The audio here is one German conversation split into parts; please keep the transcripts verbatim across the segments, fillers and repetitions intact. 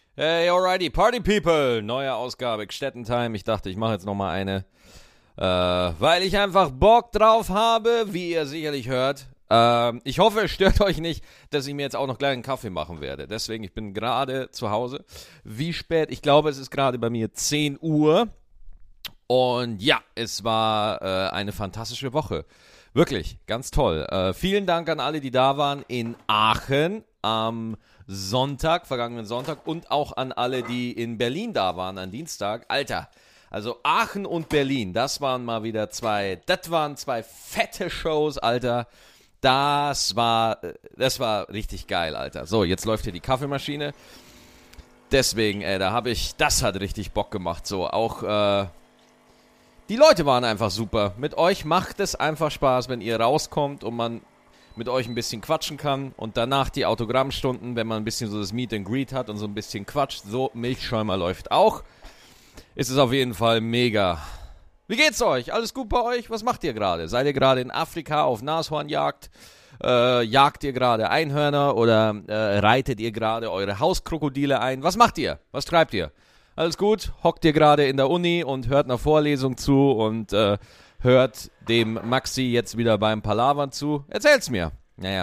Hey, alrighty, Party People, neue Ausgabe, Gstettentime. Ich dachte, ich mache jetzt nochmal eine, äh, weil ich einfach Bock drauf habe, wie ihr sicherlich hört. Ähm, ich hoffe, es stört euch nicht, dass ich mir jetzt auch noch gleich einen Kaffee machen werde. Deswegen, ich bin gerade zu Hause. Wie spät? Ich glaube, es ist gerade bei mir zehn Uhr. Und ja, es war äh, eine fantastische Woche. Wirklich, ganz toll. Äh, vielen Dank an alle, die da waren in Aachen am Sonntag, vergangenen Sonntag, und auch an alle, die in Berlin da waren am Dienstag. Alter, also Aachen und Berlin, das waren mal wieder zwei, das waren zwei fette Shows, Alter. Das war, das war richtig geil, Alter. So, jetzt läuft hier die Kaffeemaschine. Deswegen, ey, da habe ich, das hat richtig Bock gemacht. So, auch, äh, die Leute waren einfach super. Mit euch macht es einfach Spaß, wenn ihr rauskommt und man mit euch ein bisschen quatschen kann. Und danach die Autogrammstunden, wenn man ein bisschen so das Meet and Greet hat und so ein bisschen quatscht. So, Milchschäumer läuft auch. Ist es auf jeden Fall mega. Wie geht's euch? Alles gut bei euch? Was macht ihr gerade? Seid ihr gerade in Afrika auf Nashornjagd? Äh, jagt ihr gerade Einhörner oder äh, reitet ihr gerade eure Hauskrokodile ein? Was macht ihr? Was treibt ihr? Alles gut? Hockt ihr gerade in der Uni und hört einer Vorlesung zu und äh, hört dem Maxi jetzt wieder beim Palavern zu? Erzähl's mir. Naja,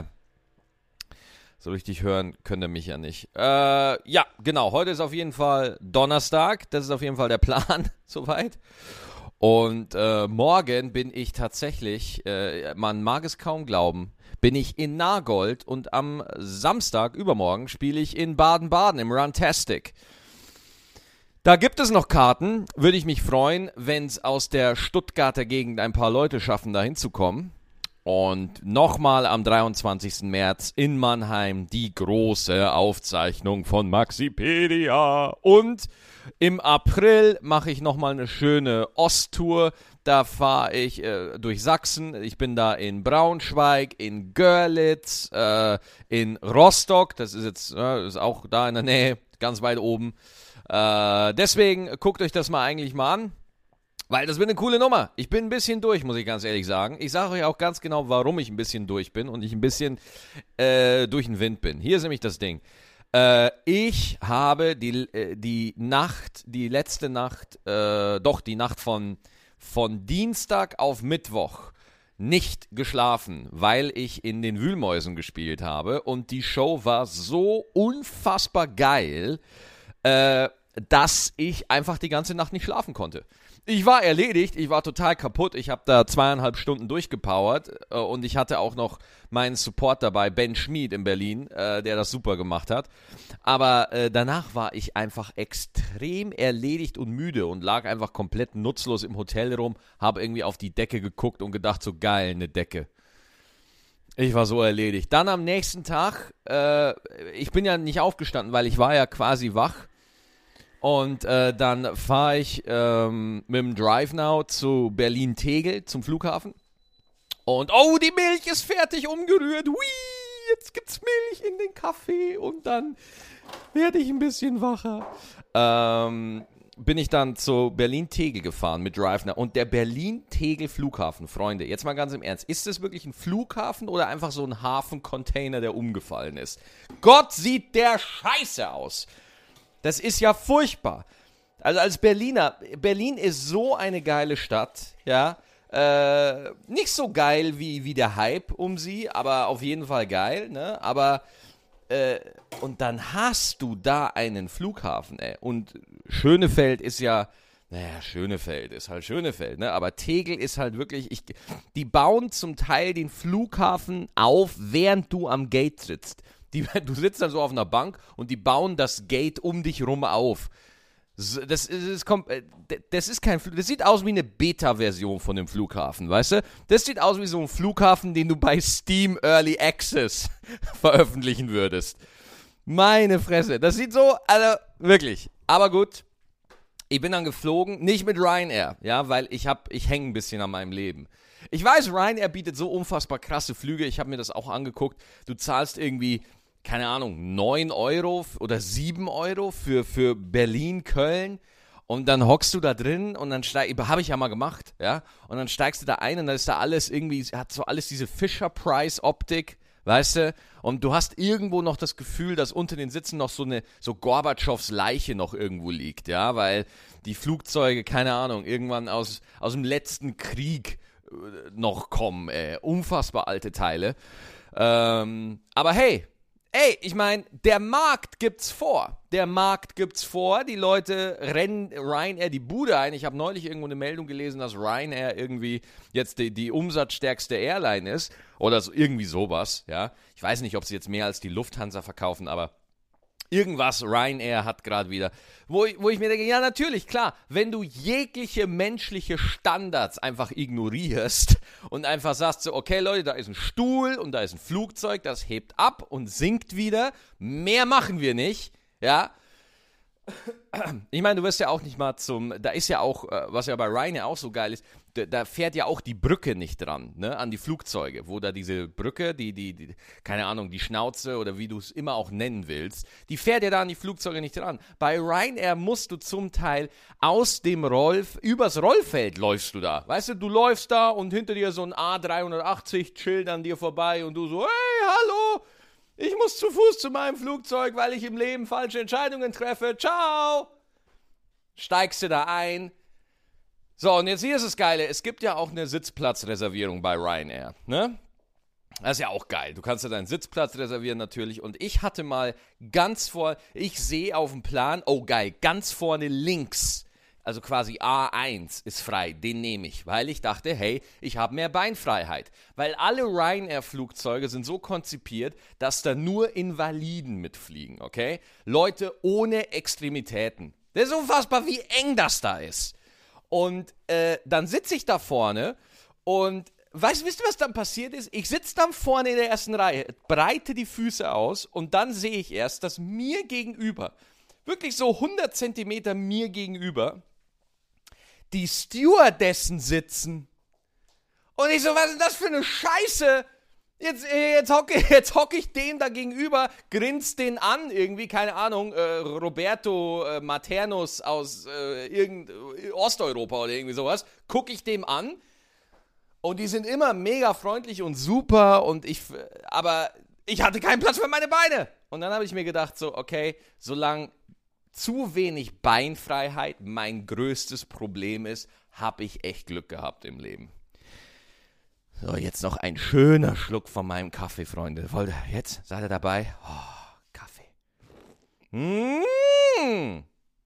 so richtig hören könnt ihr mich ja nicht. Äh, ja, genau. Heute ist auf jeden Fall Donnerstag. Das ist auf jeden Fall der Plan, soweit. Und äh, morgen bin ich tatsächlich, äh, man mag es kaum glauben, bin ich in Nagold und am Samstag, übermorgen, spiele ich in Baden-Baden im Runtastic. Da gibt es noch Karten. Würde ich mich freuen, wenn es aus der Stuttgarter Gegend ein paar Leute schaffen, da hinzukommen. Und nochmal am dreiundzwanzigsten März in Mannheim die große Aufzeichnung von Maxipedia. Und im April mache ich nochmal eine schöne Osttour. Da fahre ich äh, durch Sachsen. Ich bin da in Braunschweig, in Görlitz, äh, in Rostock. Das ist jetzt äh, ist auch da in der Nähe, ganz weit oben. Äh, deswegen guckt euch das mal eigentlich mal an, weil das wird eine coole Nummer. Ich bin ein bisschen durch, muss ich ganz ehrlich sagen. Ich sage euch auch ganz genau, warum ich ein bisschen durch bin und ich ein bisschen äh, durch den Wind bin. Hier ist nämlich das Ding. Äh, ich habe die, äh, die Nacht, die letzte Nacht, äh, doch die Nacht von, von Dienstag auf Mittwoch nicht geschlafen, weil ich in den Wühlmäusen gespielt habe und die Show war so unfassbar geil, äh, dass ich einfach die ganze Nacht nicht schlafen konnte. Ich war erledigt, ich war total kaputt, ich habe da zweieinhalb Stunden durchgepowert äh, und ich hatte auch noch meinen Support dabei, Ben Schmid in Berlin, äh, der das super gemacht hat. Aber äh, danach war ich einfach extrem erledigt und müde und lag einfach komplett nutzlos im Hotel rum, habe irgendwie auf die Decke geguckt und gedacht, so geil, eine Decke. Ich war so erledigt. Dann am nächsten Tag, äh, ich bin ja nicht aufgestanden, weil ich war ja quasi wach. Und äh, dann fahre ich ähm, mit dem Drive Now zu Berlin-Tegel, zum Flughafen. Und oh, die Milch ist fertig umgerührt. Hui, jetzt gibt's Milch in den Kaffee. Und dann werde ich ein bisschen wacher. Ähm, bin ich dann zu Berlin-Tegel gefahren mit Drive Now. Und der Berlin-Tegel-Flughafen, Freunde, jetzt mal ganz im Ernst. Ist das wirklich ein Flughafen oder einfach so ein Hafencontainer, der umgefallen ist? Gott, sieht der scheiße aus. Das ist ja furchtbar. Also als Berliner, Berlin ist so eine geile Stadt, ja. Äh, nicht so geil wie, wie der Hype um sie, aber auf jeden Fall geil, ne? Aber, äh, und dann hast du da einen Flughafen, ey. Und Schönefeld ist ja, naja, Schönefeld ist halt Schönefeld, ne? Aber Tegel ist halt wirklich, ich, die bauen zum Teil den Flughafen auf, während du am Gate sitzt. Die, du sitzt dann so auf einer Bank und die bauen das Gate um dich rum auf. Das ist, das ist kein Flughafen. Das sieht aus wie eine Beta-Version von dem Flughafen, weißt du? Das sieht aus wie so ein Flughafen, den du bei Steam Early Access veröffentlichen würdest. Meine Fresse. Das sieht so, also wirklich. Aber gut. Ich bin dann geflogen, nicht mit Ryanair, ja, weil ich hab, ich hänge ein bisschen an meinem Leben. Ich weiß, Ryanair bietet so unfassbar krasse Flüge, ich habe mir das auch angeguckt. Du zahlst irgendwie, keine Ahnung, neun Euro oder sieben Euro für, für Berlin, Köln und dann hockst du da drin und dann steigst, habe ich ja mal gemacht, ja, und dann steigst du da ein und dann ist da alles irgendwie, hat so alles diese Fisher-Price-Optik, weißt du? Und du hast irgendwo noch das Gefühl, dass unter den Sitzen noch so eine, so Gorbatschows Leiche noch irgendwo liegt, ja, weil die Flugzeuge, keine Ahnung, irgendwann aus, aus dem letzten Krieg äh, noch kommen, ey. Unfassbar alte Teile. Ähm, aber hey, ey, ich meine, der Markt gibt's vor. Der Markt gibt's vor. Die Leute rennen Ryanair die Bude ein. Ich habe neulich irgendwo eine Meldung gelesen, dass Ryanair irgendwie jetzt die, die umsatzstärkste Airline ist. Oder so, irgendwie sowas, ja. Ich weiß nicht, ob sie jetzt mehr als die Lufthansa verkaufen, aber irgendwas, Ryanair hat gerade wieder, wo ich, wo ich mir denke, ja natürlich, klar, wenn du jegliche menschliche Standards einfach ignorierst und einfach sagst so, okay Leute, da ist ein Stuhl und da ist ein Flugzeug, das hebt ab und sinkt wieder, mehr machen wir nicht, ja. Ich meine, du wirst ja auch nicht mal zum, da ist ja auch, was ja bei Ryanair auch so geil ist, da, da fährt ja auch die Brücke nicht dran, ne, an die Flugzeuge, wo da diese Brücke, die, die, die keine Ahnung, die Schnauze oder wie du es immer auch nennen willst, die fährt ja da an die Flugzeuge nicht dran. Bei Ryanair musst du zum Teil aus dem Roll, übers Rollfeld läufst du da, weißt du, du läufst da und hinter dir so ein A drei achtzig chillt an dir vorbei und du so, hey, hallo, ich muss zu Fuß zu meinem Flugzeug, weil ich im Leben falsche Entscheidungen treffe. Ciao! Steigst du da ein. So, und jetzt hier ist das Geile. Es gibt ja auch eine Sitzplatzreservierung bei Ryanair, ne? Das ist ja auch geil. Du kannst ja deinen Sitzplatz reservieren natürlich. Und ich hatte mal ganz vor, ich sehe auf dem Plan, oh geil, ganz vorne links, also quasi A eins ist frei, den nehme ich, weil ich dachte, hey, ich habe mehr Beinfreiheit. Weil alle Ryanair-Flugzeuge sind so konzipiert, dass da nur Invaliden mitfliegen, okay? Leute ohne Extremitäten. Das ist unfassbar, wie eng das da ist. Und äh, dann sitze ich da vorne und weißt, wisst ihr, was dann passiert ist? Ich sitze dann vorne in der ersten Reihe, breite die Füße aus und dann sehe ich erst, dass mir gegenüber, wirklich so hundert Zentimeter mir gegenüber, die Stewardessen sitzen. Und ich so, was ist denn das für eine Scheiße? Jetzt, jetzt hocke jetzt hock ich dem da gegenüber, grinst den an, irgendwie, keine Ahnung, äh, Roberto äh, Maternus aus äh, irgend, äh, Osteuropa oder irgendwie sowas, gucke ich dem an und die sind immer mega freundlich und super und ich, aber ich hatte keinen Platz für meine Beine. Und dann habe ich mir gedacht so, okay, solange zu wenig Beinfreiheit mein größtes Problem ist, habe ich echt Glück gehabt im Leben. So, jetzt noch ein schöner Schluck von meinem Kaffee, Freunde. Wollt ihr jetzt? Seid ihr dabei? Oh, Kaffee. Mmh.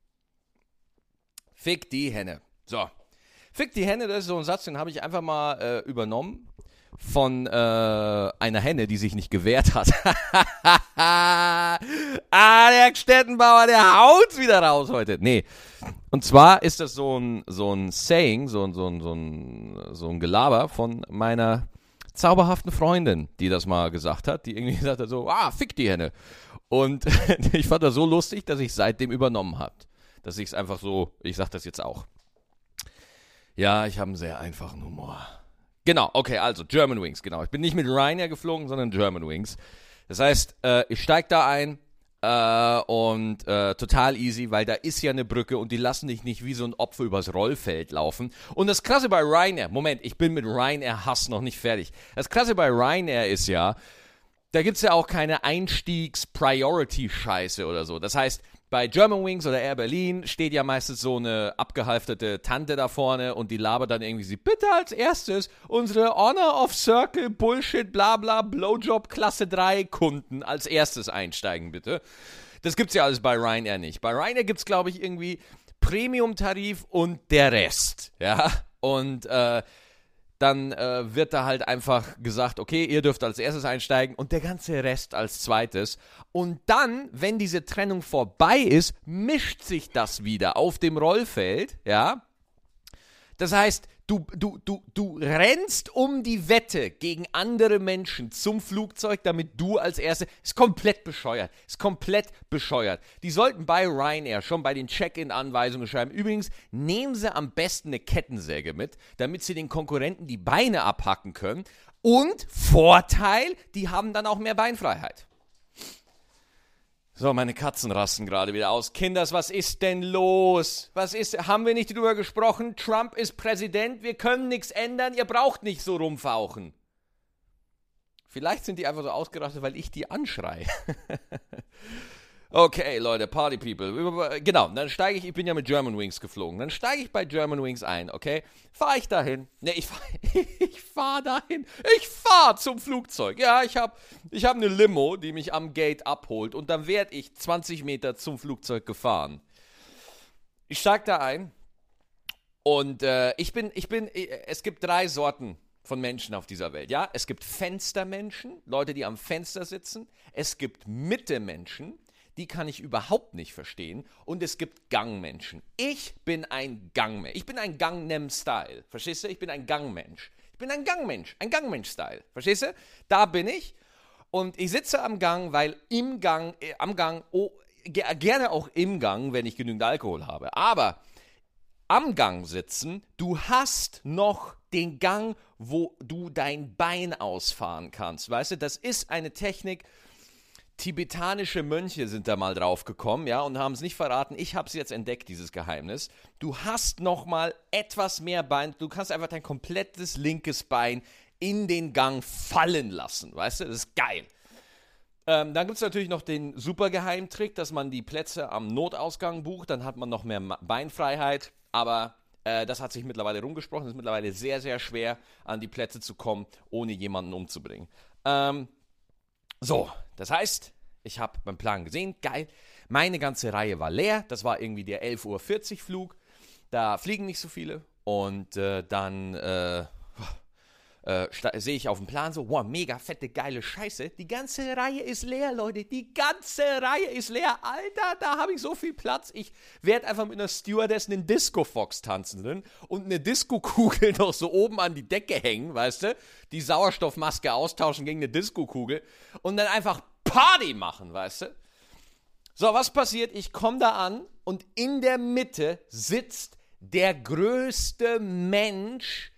Fick die Henne. So. Fick die Henne, das ist so ein Satz, den habe ich einfach mal äh, übernommen von äh, einer Henne, die sich nicht gewehrt hat. Ah, der Stettenbauer, der haut's wieder raus heute. Nee. Und zwar ist das so ein, so ein Saying, so ein, so ein, so ein, so ein Gelaber von meiner zauberhaften Freundin, die das mal gesagt hat, die irgendwie gesagt hat so, ah, fick die Henne. Und ich fand das so lustig, dass ich seitdem übernommen habe. Dass ich es einfach so, ich sag das jetzt auch. Ja, ich habe einen sehr einfachen Humor. Genau, okay, also Germanwings, genau. Ich bin nicht mit Ryanair geflogen, sondern Germanwings. Das heißt, äh, ich steige da ein äh, und äh, total easy, weil da ist ja eine Brücke und die lassen dich nicht wie so ein Opfer übers Rollfeld laufen. Und das Krasse bei Ryanair, Moment, ich bin mit Ryanair-Hass noch nicht fertig. Das Krasse bei Ryanair ist ja, da gibt es ja auch keine Einstiegs-Priority-Scheiße oder so. Das heißt, bei Germanwings oder Air Berlin steht ja meistens so eine abgehalfterte Tante da vorne und die labert dann irgendwie, sie bitte als erstes unsere Honor of Circle Bullshit bla bla Blowjob Klasse drei Kunden als erstes einsteigen bitte. Das gibt's ja alles bei Ryanair nicht. Bei Ryanair gibt's glaube ich irgendwie Premium-Tarif und der Rest, ja, und äh, dann äh, wird da halt einfach gesagt, okay, ihr dürft als erstes einsteigen und der ganze Rest als zweites. Und dann, wenn diese Trennung vorbei ist, mischt sich das wieder auf dem Rollfeld, ja. Das heißt, du, du, du, du rennst um die Wette gegen andere Menschen zum Flugzeug, damit du als Erste, ist komplett bescheuert, ist komplett bescheuert. Die sollten bei Ryanair schon bei den Check-in-Anweisungen schreiben, übrigens, nehmen Sie am besten eine Kettensäge mit, damit Sie den Konkurrenten die Beine abhacken können und Vorteil, die haben dann auch mehr Beinfreiheit. So, meine Katzen rasten gerade wieder aus. Kinders, was ist denn los? Was ist, haben wir nicht drüber gesprochen? Trump ist Präsident, wir können nichts ändern, ihr braucht nicht so rumfauchen. Vielleicht sind die einfach so ausgerastet, weil ich die anschreie. Okay, Leute, Party People. Genau, dann steige ich, ich bin ja mit Germanwings geflogen. Dann steige ich bei Germanwings ein, okay? Fahre ich dahin. Ne, ich fahre ich fahr dahin. Ich fahre zum Flugzeug. Ja, ich habe ich hab eine Limo, die mich am Gate abholt. Und dann werde ich zwanzig Meter zum Flugzeug gefahren. Ich steige da ein. Und äh, ich bin, ich bin, es gibt drei Sorten von Menschen auf dieser Welt, ja? Es gibt Fenstermenschen, Leute, die am Fenster sitzen. Es gibt Mitte-Menschen, die kann ich überhaupt nicht verstehen. Und es gibt Gangmenschen. Ich bin ein Gangmensch. Ich bin ein Gangnam-Style. Verstehst du? Ich bin ein Gangmensch. Ich bin ein Gangmensch. Ein Gangmensch-Style. Verstehst du? Da bin ich. Und ich sitze am Gang, weil im Gang, äh, am Gang, oh, ge- gerne auch im Gang, wenn ich genügend Alkohol habe. Aber am Gang sitzen, du hast noch den Gang, wo du dein Bein ausfahren kannst. Weißt du, das ist eine Technik. Tibetanische Mönche sind da mal drauf gekommen, ja, und haben es nicht verraten. Ich habe es jetzt entdeckt, dieses Geheimnis. Du hast noch mal etwas mehr Bein. Du kannst einfach dein komplettes linkes Bein in den Gang fallen lassen, weißt du? Das ist geil. Ähm, dann gibt es natürlich noch den super Geheimtrick, dass man die Plätze am Notausgang bucht. Dann hat man noch mehr Beinfreiheit. Aber äh, das hat sich mittlerweile rumgesprochen. Es ist mittlerweile sehr, sehr schwer, an die Plätze zu kommen, ohne jemanden umzubringen. Ähm, So, das heißt, ich habe beim Plan gesehen, geil, meine ganze Reihe war leer, das war irgendwie der elf Uhr vierzig Flug, da fliegen nicht so viele und äh, dann äh, äh, sehe ich auf dem Plan so, wow, mega fette, geile Scheiße, die ganze Reihe ist leer, Leute, die ganze Reihe ist leer, Alter, da habe ich so viel Platz, ich werde einfach mit einer Stewardess einen Disco-Fox tanzen drin und eine Disco-Kugel noch so oben an die Decke hängen, weißt du, die Sauerstoffmaske austauschen gegen eine Disco-Kugel und dann einfach Party machen, weißt du. So, was passiert? Ich komme da an und in der Mitte sitzt der größte Mensch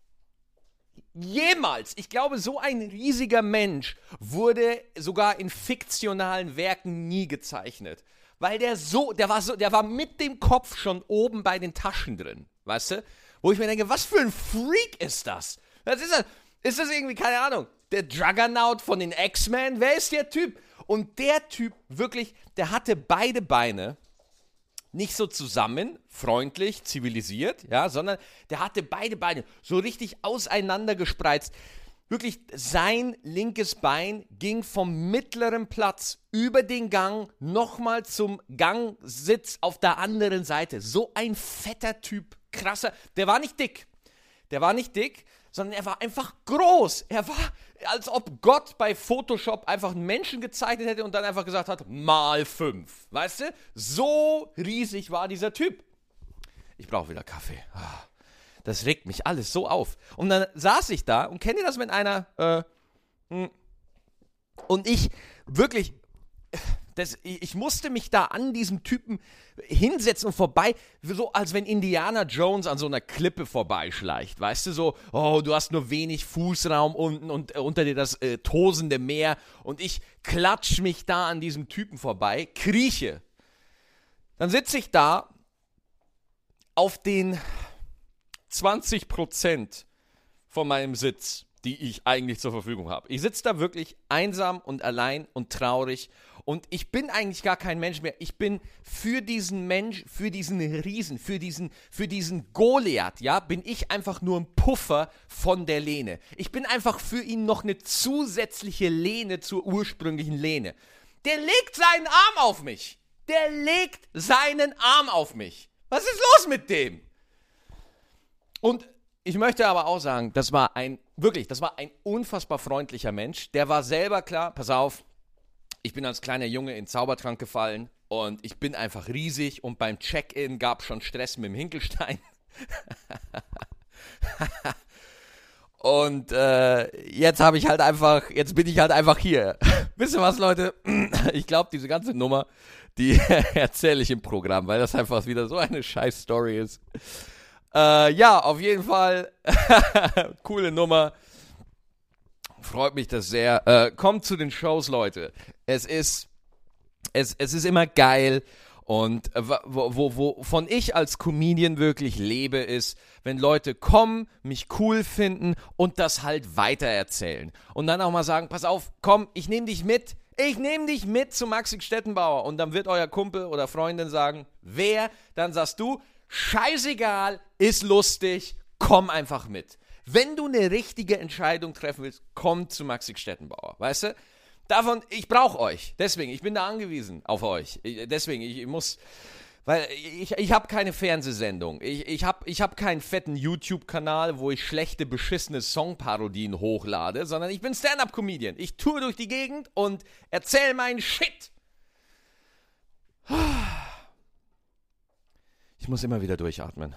jemals. Ich glaube, so ein riesiger Mensch wurde sogar in fiktionalen Werken nie gezeichnet. Weil der so, der war so, der war mit dem Kopf schon oben bei den Taschen drin, weißt du? Wo ich mir denke, was für ein Freak ist das? Was ist das? Ist das irgendwie, keine Ahnung, der Juggernaut von den X-Men? Wer ist der Typ? Und der Typ, wirklich, der hatte beide Beine nicht so zusammen, freundlich, zivilisiert, ja, sondern der hatte beide Beine so richtig auseinander gespreizt. Wirklich, sein linkes Bein ging vom mittleren Platz über den Gang nochmal zum Gangsitz auf der anderen Seite. So ein fetter Typ, krasser. Der war nicht dick. Der war nicht dick, sondern er war einfach groß. Er war, als ob Gott bei Photoshop einfach einen Menschen gezeichnet hätte und dann einfach gesagt hat, mal fünf. Weißt du? So riesig war dieser Typ. Ich brauche wieder Kaffee. Das regt mich alles so auf. Und dann saß ich da und kennt ihr das, wenn einer äh, und ich wirklich, das, ich musste mich da an diesem Typen hinsetzen und vorbei, so als wenn Indiana Jones an so einer Klippe vorbeischleicht, weißt du, so, oh, du hast nur wenig Fußraum unten und äh, unter dir das äh, tosende Meer und ich klatsch mich da an diesem Typen vorbei, krieche. Dann sitze ich da auf den zwanzig Prozent von meinem Sitz, die ich eigentlich zur Verfügung habe. Ich sitze da wirklich einsam und allein und traurig und ich bin eigentlich gar kein Mensch mehr. Ich bin für diesen Mensch, für diesen Riesen, für diesen, für diesen Goliath, ja, bin ich einfach nur ein Puffer von der Lehne. Ich bin einfach für ihn noch eine zusätzliche Lehne zur ursprünglichen Lehne. Der legt seinen Arm auf mich. Der legt seinen Arm auf mich. Was ist los mit dem? Und ich möchte aber auch sagen, das war ein, wirklich, das war ein unfassbar freundlicher Mensch. Der war selber klar, pass auf, ich bin als kleiner Junge in den Zaubertrank gefallen und ich bin einfach riesig und beim Check-in gab es schon Stress mit dem Hinkelstein. Und äh, jetzt habe ich halt einfach, jetzt bin ich halt einfach hier. Wisst ihr was, Leute? Ich glaube, diese ganze Nummer, die erzähle ich im Programm, weil das einfach wieder so eine scheiß Story ist. Äh, ja, auf jeden Fall, coole Nummer. Freut mich das sehr. Äh, kommt zu den Shows, Leute. Es ist, es, es ist immer geil Und äh, wo, wo, wovon ich als Comedian wirklich lebe, ist, wenn Leute kommen, mich cool finden und das halt weitererzählen. Und dann auch mal sagen, pass auf, komm, ich nehme dich mit. Ich nehme dich mit zu Maxi Stettenbauer. Und dann wird euer Kumpel oder Freundin sagen, wer? Dann sagst du, scheißegal, ist lustig, komm einfach mit. Wenn du eine richtige Entscheidung treffen willst, komm zu Maxi Stettenbauer, weißt du? Davon, ich brauche euch, deswegen, ich bin da angewiesen auf euch. Ich, deswegen, ich, ich muss, weil ich, ich habe keine Fernsehsendung. Ich, ich habe ich hab keinen fetten YouTube-Kanal, wo ich schlechte, beschissene Songparodien hochlade, sondern ich bin Stand-Up-Comedian. Ich toure durch die Gegend und erzähle meinen Shit. Ich muss immer wieder durchatmen.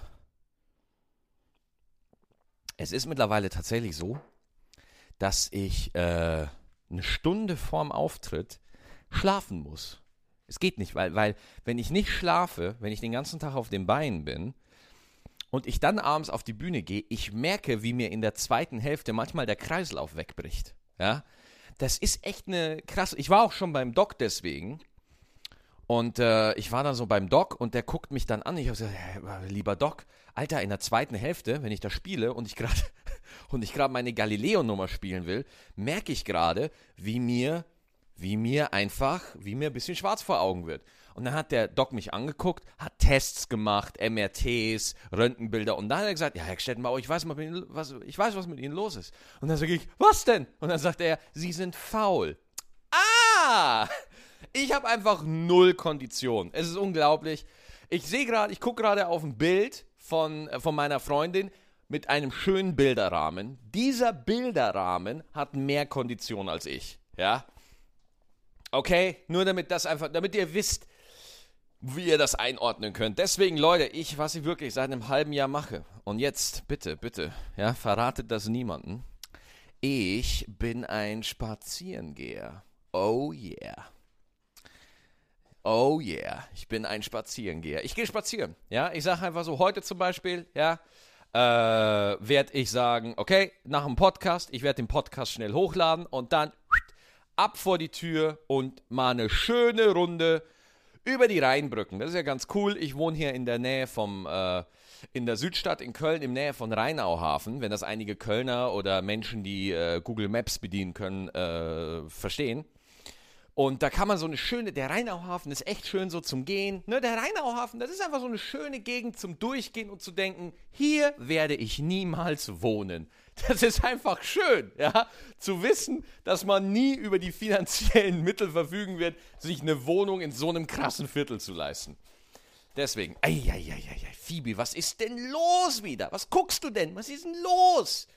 Es ist mittlerweile tatsächlich so, dass ich äh, eine Stunde vorm Auftritt schlafen muss. Es geht nicht, weil, weil wenn ich nicht schlafe, wenn ich den ganzen Tag auf den Beinen bin und ich dann abends auf die Bühne gehe, ich merke, wie mir in der zweiten Hälfte manchmal der Kreislauf wegbricht. Ja? Das ist echt eine krasse... Ich war auch schon beim Doc deswegen und äh, ich war dann so beim Doc und der guckt mich dann an. Ich habe gesagt, hey, lieber Doc, Alter, in der zweiten Hälfte, wenn ich da spiele und ich gerade und ich gerade meine Galileo-Nummer spielen will, merke ich gerade, wie mir, wie mir einfach, wie mir ein bisschen schwarz vor Augen wird. Und dann hat der Doc mich angeguckt, hat Tests gemacht, M R Ts, Röntgenbilder und dann hat er gesagt, ja, Herr Stettenbauer, ich weiß, was, ich weiß, was mit Ihnen los ist. Und dann sage ich, was denn? Und dann sagt er, Sie sind faul. Ah! Ich habe einfach null Kondition. Es ist unglaublich. Ich sehe gerade, ich gucke gerade auf ein Bild von, von meiner Freundin mit einem schönen Bilderrahmen. Dieser Bilderrahmen hat mehr Kondition als ich. Ja? Okay? Nur damit das einfach, damit ihr wisst, wie ihr das einordnen könnt. Deswegen, Leute, ich, was ich wirklich seit einem halben Jahr mache. Und jetzt, bitte, bitte, ja, verratet das niemanden. Ich bin ein Spazierengeher. Oh yeah. Oh yeah, ich bin ein Spazierengeher. Ich gehe spazieren, ja. Ich sage einfach so, heute zum Beispiel, ja, äh, werde ich sagen, okay, nach dem Podcast, ich werde den Podcast schnell hochladen und dann ab vor die Tür und mal eine schöne Runde über die Rheinbrücken. Das ist ja ganz cool. Ich wohne hier in der Nähe vom, äh, in der Südstadt in Köln, in der Nähe von Rheinauhafen, wenn das einige Kölner oder Menschen, die äh, Google Maps bedienen können, äh, verstehen. Und da kann man so eine schöne, der Rheinauhafen ist echt schön so zum Gehen. Ne, der Rheinauhafen, das ist einfach so eine schöne Gegend zum Durchgehen und zu denken, hier werde ich niemals wohnen. Das ist einfach schön, ja, zu wissen, dass man nie über die finanziellen Mittel verfügen wird, sich eine Wohnung in so einem krassen Viertel zu leisten. Deswegen, eieieiei, Phoebe, was ist denn los wieder? Was guckst du denn? Was ist denn los?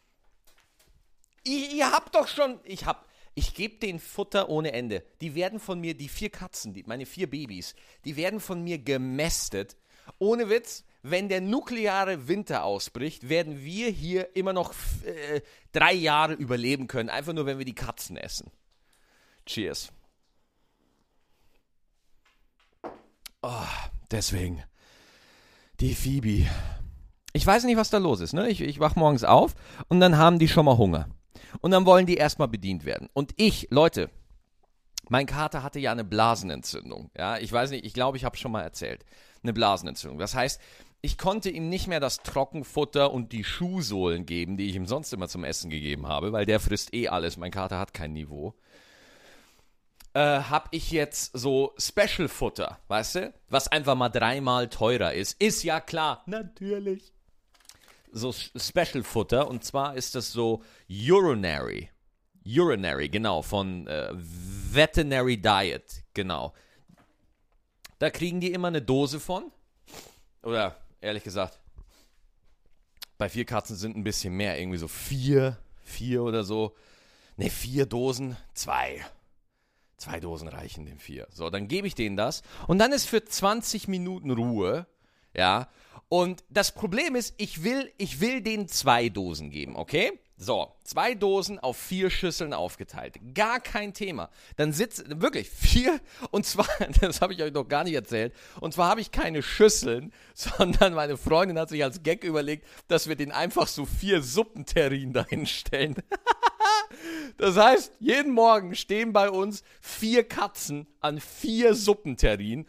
Ihr, ihr habt doch schon, ich hab... Ich gebe denen Futter ohne Ende. Die werden von mir, die vier Katzen, die, meine vier Babys, die werden von mir gemästet. Ohne Witz, wenn der nukleare Winter ausbricht, werden wir hier immer noch äh, drei Jahre überleben können. Einfach nur, wenn wir die Katzen essen. Cheers. Oh, deswegen. Die Phoebe. Ich weiß nicht, was da los ist. Ne? Ich, ich wach morgens auf und dann haben die schon mal Hunger. Und dann wollen die erstmal bedient werden. Und ich, Leute, mein Kater hatte ja eine Blasenentzündung. Ja, ich weiß nicht, ich glaube, ich habe es schon mal erzählt. Eine Blasenentzündung. Das heißt, ich konnte ihm nicht mehr das Trockenfutter und die Schuhsohlen geben, die ich ihm sonst immer zum Essen gegeben habe, weil der frisst eh alles. Mein Kater hat kein Niveau. Äh, habe ich jetzt so Special-Futter, weißt du? Was einfach mal dreimal teurer ist. Ist ja klar. Natürlich. So Special-Futter, und zwar ist das so Urinary. Urinary, genau, von äh, Veterinary Diet, genau. Da kriegen die immer eine Dose von. Oder, ehrlich gesagt, bei vier Katzen sind ein bisschen mehr, irgendwie so vier, vier oder so. Ne, vier Dosen, zwei. Zwei Dosen reichen den vier. So, dann gebe ich denen das und dann ist für zwanzig Minuten Ruhe, ja. Und das Problem ist, ich will, ich will denen zwei Dosen geben, okay? So, zwei Dosen auf vier Schüsseln aufgeteilt. Gar kein Thema. Dann sitzen, wirklich, vier, und zwar, das habe ich euch noch gar nicht erzählt, und zwar habe ich keine Schüsseln, sondern meine Freundin hat sich als Gag überlegt, dass wir denen einfach so vier Suppenterrinen dahinstellen. Das heißt, jeden Morgen stehen bei uns vier Katzen an vier Suppenterrinen.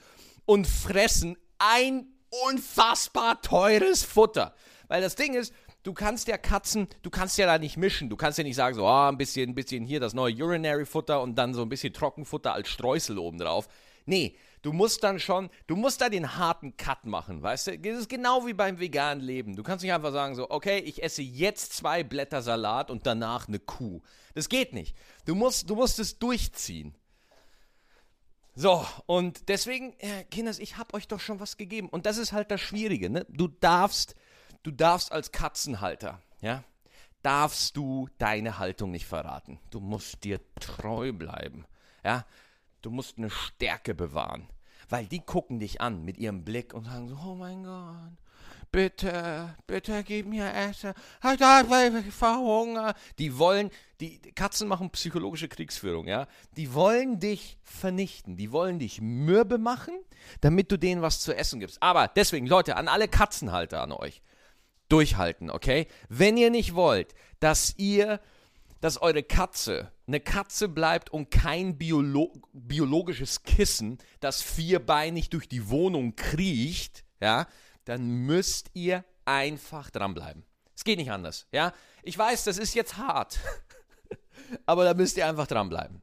und fressen ein unfassbar teures Futter. Weil das Ding ist, du kannst ja Katzen, du kannst ja da nicht mischen. Du kannst ja nicht sagen, so, ah, ein bisschen, ein bisschen hier das neue Urinary-Futter und dann so ein bisschen Trockenfutter als Streusel obendrauf. Nee, du musst dann schon, du musst da den harten Cut machen, weißt du? Das ist genau wie beim veganen Leben. Du kannst nicht einfach sagen so, okay, ich esse jetzt zwei Blätter Salat und danach eine Kuh. Das geht nicht. Du musst, du musst es durchziehen. So, und deswegen, äh, Kinders, ich hab euch doch schon was gegeben. Und das ist halt das Schwierige, ne? Du darfst, du darfst als Katzenhalter, ja, darfst du deine Haltung nicht verraten. Du musst dir treu bleiben, ja. Du musst eine Stärke bewahren, weil die gucken dich an mit ihrem Blick und sagen so, oh mein Gott, bitte, bitte gib mir Essen, ich verhungere. Die wollen, die Katzen machen psychologische Kriegsführung, ja. Die wollen dich vernichten, die wollen dich mürbe machen, damit du denen was zu essen gibst. Aber deswegen, Leute, an alle Katzenhalter an euch, durchhalten, okay? Wenn ihr nicht wollt, dass ihr, dass eure Katze eine Katze bleibt und kein Biolo- biologisches Kissen, das vierbeinig durch die Wohnung kriecht, ja, dann müsst ihr einfach dranbleiben. Es geht nicht anders, ja. Ich weiß, das ist jetzt hart, aber da müsst ihr einfach dranbleiben.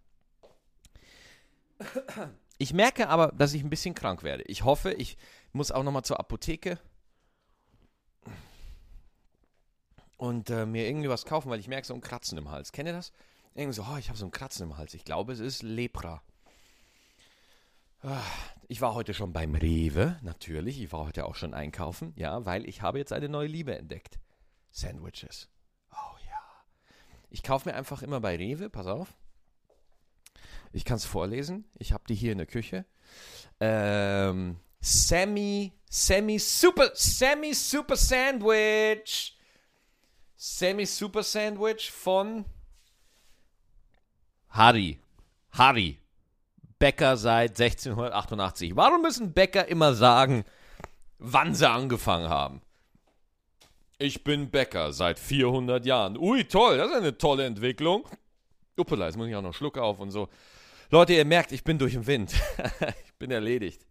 Ich merke aber, dass ich ein bisschen krank werde. Ich hoffe, ich muss auch nochmal zur Apotheke und äh, mir irgendwie was kaufen, weil ich merke so ein Kratzen im Hals. Kennt ihr das? Irgendwie so, oh, ich habe so ein Kratzen im Hals. Ich glaube, es ist Lepra. Ich war heute schon beim Rewe, natürlich. Ich war heute auch schon einkaufen, ja, weil ich habe jetzt eine neue Liebe entdeckt. Sandwiches. Oh ja. Ich kaufe mir einfach immer bei Rewe, pass auf. Ich kann es vorlesen. Ich habe die hier in der Küche. Ähm, Semi, Semi Super, Semi Super Sandwich. Semi Super Sandwich von Harry. Harry. Bäcker seit sechzehnhundertachtundachtzig. Warum müssen Bäcker immer sagen, wann sie angefangen haben? Ich bin Bäcker seit vierhundert Jahren. Ui, toll, das ist eine tolle Entwicklung. Uppala, jetzt muss ich auch noch Schluck auf und so. Leute, ihr merkt, ich bin durch den Wind. Ich bin erledigt.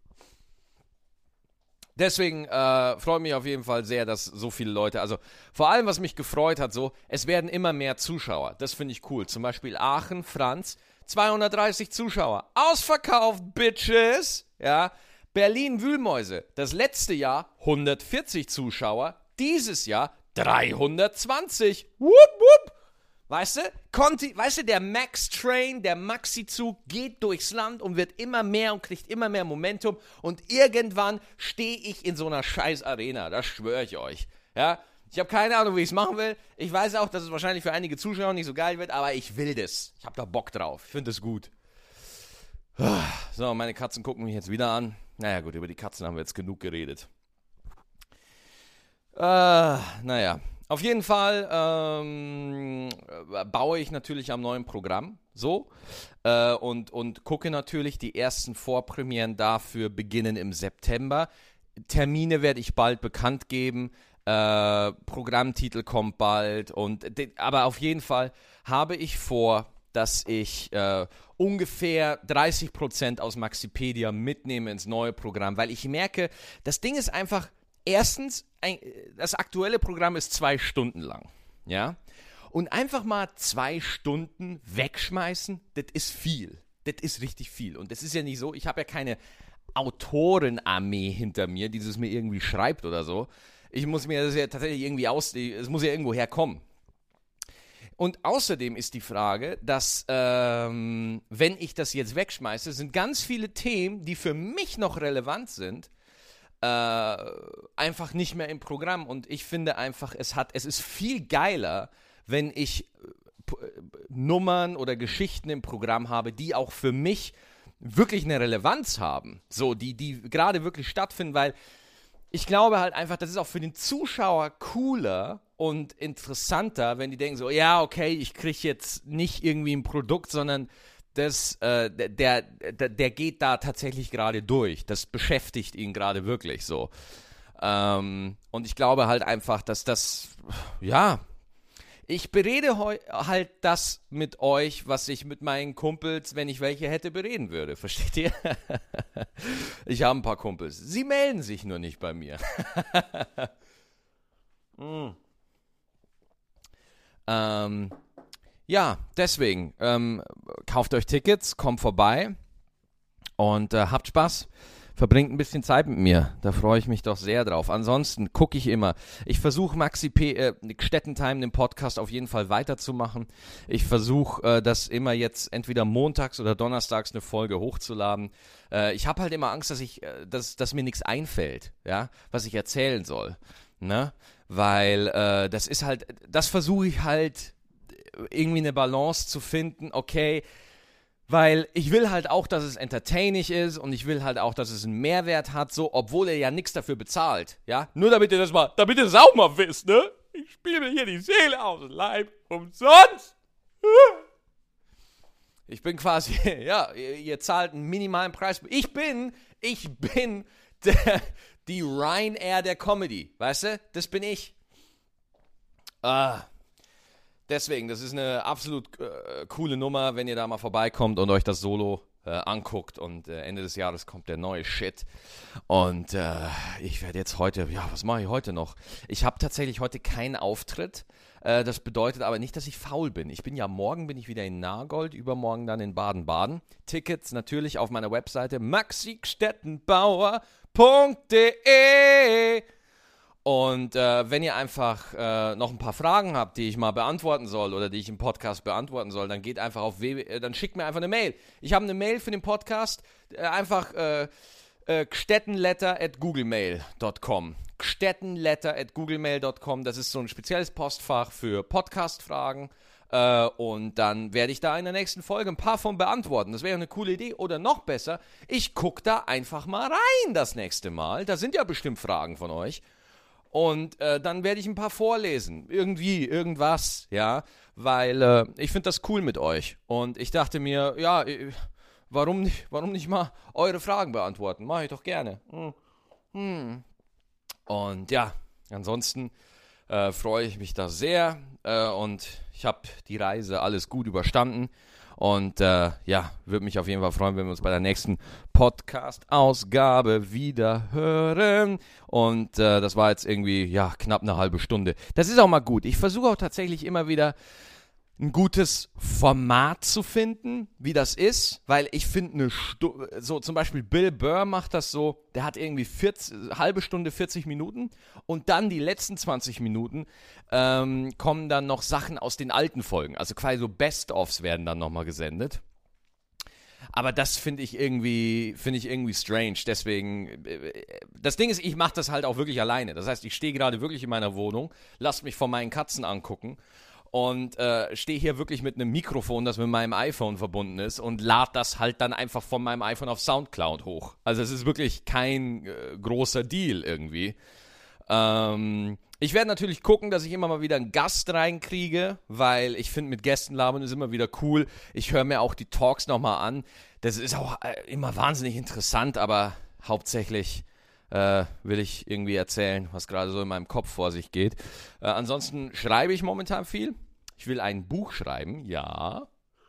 Deswegen äh, freut mich auf jeden Fall sehr, dass so viele Leute, also vor allem, was mich gefreut hat, so, es werden immer mehr Zuschauer. Das finde ich cool. Zum Beispiel Aachen, Franz, zweihundertdreißig Zuschauer. Ausverkauft, Bitches. Ja. Berlin, Wühlmäuse, das letzte Jahr hundertvierzig Zuschauer, dieses Jahr dreihundertzwanzig. Wupp, wupp. Weißt du, Conti, weißt du, der Max-Train, der Maxi-Zug geht durchs Land und wird immer mehr und kriegt immer mehr Momentum und irgendwann stehe ich in so einer scheiß Arena, das schwöre ich euch. Ja, ich habe keine Ahnung, wie ich es machen will. Ich weiß auch, dass es wahrscheinlich für einige Zuschauer nicht so geil wird, aber ich will das. Ich habe da Bock drauf. Ich finde das gut. So, meine Katzen gucken mich jetzt wieder an. Naja gut, über die Katzen haben wir jetzt genug geredet. Äh, naja. Auf jeden Fall ähm, baue ich natürlich am neuen Programm so äh, und, und gucke natürlich, die ersten Vorpremieren dafür beginnen im September. Termine werde ich bald bekannt geben, äh, Programmtitel kommt bald, und de, aber auf jeden Fall habe ich vor, dass ich äh, ungefähr dreißig Prozent aus Maxipedia mitnehme ins neue Programm, weil ich merke, das Ding ist einfach, erstens, ein, das aktuelle Programm ist zwei Stunden lang, ja, und einfach mal zwei Stunden wegschmeißen, das ist viel, das ist richtig viel, und das ist ja nicht so, ich habe ja keine Autorenarmee hinter mir, die es mir irgendwie schreibt oder so, ich muss mir das ja tatsächlich irgendwie aus, es muss ja irgendwo herkommen. Und außerdem ist die Frage, dass, ähm, wenn ich das jetzt wegschmeiße, sind ganz viele Themen, die für mich noch relevant sind, Äh, einfach nicht mehr im Programm, und ich finde einfach, es hat, es ist viel geiler, wenn ich P- Nummern oder Geschichten im Programm habe, die auch für mich wirklich eine Relevanz haben, so, die, die gerade wirklich stattfinden, weil ich glaube halt einfach, das ist auch für den Zuschauer cooler und interessanter, wenn die denken so, ja, okay, ich kriege jetzt nicht irgendwie ein Produkt, sondern Das, äh, der, der, der geht da tatsächlich gerade durch. Das beschäftigt ihn gerade wirklich so. Ähm, und ich glaube halt einfach, dass das, ja, ich berede heu- halt das mit euch, was ich mit meinen Kumpels, wenn ich welche hätte, bereden würde. Versteht ihr? Ich habe ein paar Kumpels. Sie melden sich nur nicht bei mir. mm. ähm, ja, deswegen, ähm, kauft euch Tickets, kommt vorbei und äh, habt Spaß. Verbringt ein bisschen Zeit mit mir, da freue ich mich doch sehr drauf. Ansonsten gucke ich immer. Ich versuche Maxi P, äh, Stettentime, den Podcast auf jeden Fall weiterzumachen. Ich versuche, äh, das immer jetzt entweder montags oder donnerstags eine Folge hochzuladen. Äh, ich habe halt immer Angst, dass ich, äh, dass, dass mir nichts einfällt, ja, was ich erzählen soll, ne? Weil äh, das ist halt, das versuche ich halt irgendwie eine Balance zu finden. Okay. Weil ich will halt auch, dass es entertaining ist und ich will halt auch, dass es einen Mehrwert hat, so, obwohl er ja nichts dafür bezahlt, ja? Nur damit ihr das mal, damit ihr das auch mal wisst, ne? Ich spiele mir hier die Seele aus dem Leib umsonst. Ich bin quasi, ja, ihr, ihr zahlt einen minimalen Preis. Ich bin, ich bin der, die Ryanair der Comedy, weißt du? Das bin ich. Ah. Deswegen, das ist eine absolut äh, coole Nummer, wenn ihr da mal vorbeikommt und euch das Solo äh, anguckt. Und äh, Ende des Jahres kommt der neue Shit. Und äh, ich werde jetzt heute, ja, was mache ich heute noch? Ich habe tatsächlich heute keinen Auftritt. Äh, das bedeutet aber nicht, dass ich faul bin. Ich bin ja, morgen bin ich wieder in Nagold, übermorgen dann in Baden-Baden. Tickets natürlich auf meiner Webseite maxi stettenbauer punkt de. Und äh, wenn ihr einfach äh, noch ein paar Fragen habt, die ich mal beantworten soll oder die ich im Podcast beantworten soll, dann geht einfach auf w w w, dann schickt mir einfach eine Mail. Ich habe eine Mail für den Podcast, äh, einfach äh, äh, gstettenletter at googlemail punkt com. gstettenletter at googlemail punkt com, das ist so ein spezielles Postfach für Podcast-Fragen. Äh, und dann werde ich da in der nächsten Folge ein paar von beantworten. Das wäre eine coole Idee. Oder noch besser, ich gucke da einfach mal rein das nächste Mal. Da sind ja bestimmt Fragen von euch. Und äh, dann werde ich ein paar vorlesen. Irgendwie, irgendwas, ja. Weil äh, ich finde das cool mit euch. Und ich dachte mir, ja, äh, warum nicht, warum nicht mal eure Fragen beantworten? Mache ich doch gerne. Hm. Hm. Und ja, ansonsten äh, freue ich mich da sehr. Äh, und ich habe die Reise alles gut überstanden. Und äh, ja, würde mich auf jeden Fall freuen, wenn wir uns bei der nächsten Podcast-Ausgabe wieder hören. Und äh, das war jetzt irgendwie, ja, knapp eine halbe Stunde. Das ist auch mal gut. Ich versuche auch tatsächlich immer wieder ein gutes Format zu finden, wie das ist, weil ich finde eine Stu- so zum Beispiel Bill Burr macht das so, der hat irgendwie vierzig, halbe Stunde, vierzig Minuten und dann die letzten zwanzig Minuten ähm, kommen dann noch Sachen aus den alten Folgen, also quasi so Best-ofs werden dann nochmal gesendet. Aber das finde ich irgendwie, finde ich irgendwie strange, deswegen, das Ding ist, ich mache das halt auch wirklich alleine, das heißt, ich stehe gerade wirklich in meiner Wohnung, lasse mich von meinen Katzen angucken und äh, stehe hier wirklich mit einem Mikrofon, das mit meinem iPhone verbunden ist und lade das halt dann einfach von meinem iPhone auf Soundcloud hoch. Also es ist wirklich kein äh, großer Deal irgendwie. Ähm, ich werde natürlich gucken, dass ich immer mal wieder einen Gast reinkriege, weil ich finde, mit Gästen labern ist immer wieder cool. Ich höre mir auch die Talks nochmal an. Das ist auch äh, immer wahnsinnig interessant, aber hauptsächlich Äh, will ich irgendwie erzählen, was gerade so in meinem Kopf vor sich geht. Äh, ansonsten schreibe ich momentan viel. Ich will ein Buch schreiben, ja.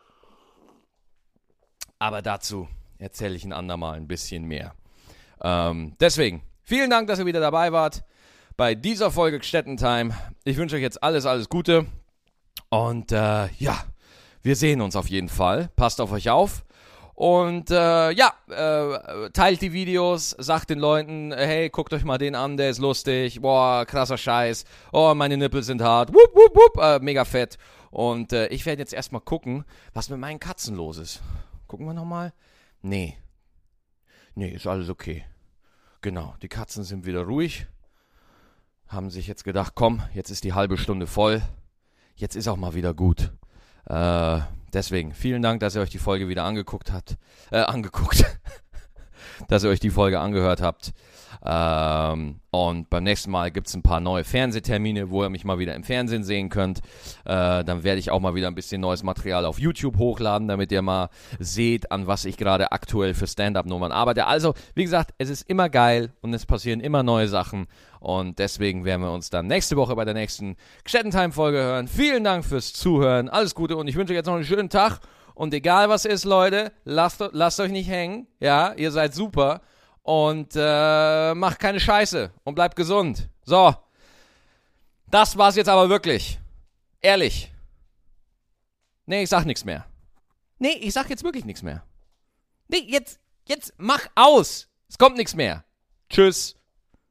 Aber dazu erzähle ich ein andermal ein bisschen mehr. Ähm, deswegen, vielen Dank, dass ihr wieder dabei wart bei dieser Folge Gstettentime. Ich wünsche euch jetzt alles, alles Gute. Und äh, ja, wir sehen uns auf jeden Fall. Passt auf euch auf. Und äh, ja, äh, teilt die Videos, sagt den Leuten, hey, guckt euch mal den an, der ist lustig, boah, krasser Scheiß, oh, meine Nippel sind hart, wupp, wupp, wupp, äh, mega fett. Und äh, ich werde jetzt erstmal gucken, was mit meinen Katzen los ist. Gucken wir nochmal? Nee. Nee, ist alles okay. Genau, die Katzen sind wieder ruhig, haben sich jetzt gedacht, komm, jetzt ist die halbe Stunde voll, jetzt ist auch mal wieder gut. Äh, deswegen, vielen Dank, dass ihr euch die Folge wieder angeguckt habt. Äh, angeguckt. dass ihr euch die Folge angehört habt. Ähm, und beim nächsten Mal gibt es ein paar neue Fernsehtermine, wo ihr mich mal wieder im Fernsehen sehen könnt. Äh, dann werde ich auch mal wieder ein bisschen neues Material auf YouTube hochladen, damit ihr mal seht, an was ich gerade aktuell für Stand-Up-Nummern arbeite. Also, wie gesagt, es ist immer geil und es passieren immer neue Sachen. Und deswegen werden wir uns dann nächste Woche bei der nächsten Gstettentime-Folge hören. Vielen Dank fürs Zuhören. Alles Gute und ich wünsche euch jetzt noch einen schönen Tag. Und egal was ist, Leute, lasst, lasst euch nicht hängen. Ja, ihr seid super. Und äh, macht keine Scheiße und bleibt gesund. So, das war's jetzt aber wirklich. Ehrlich. Nee, ich sag nichts mehr. Nee, ich sag jetzt wirklich nichts mehr. Nee, jetzt, jetzt mach aus. Es kommt nichts mehr. Tschüss.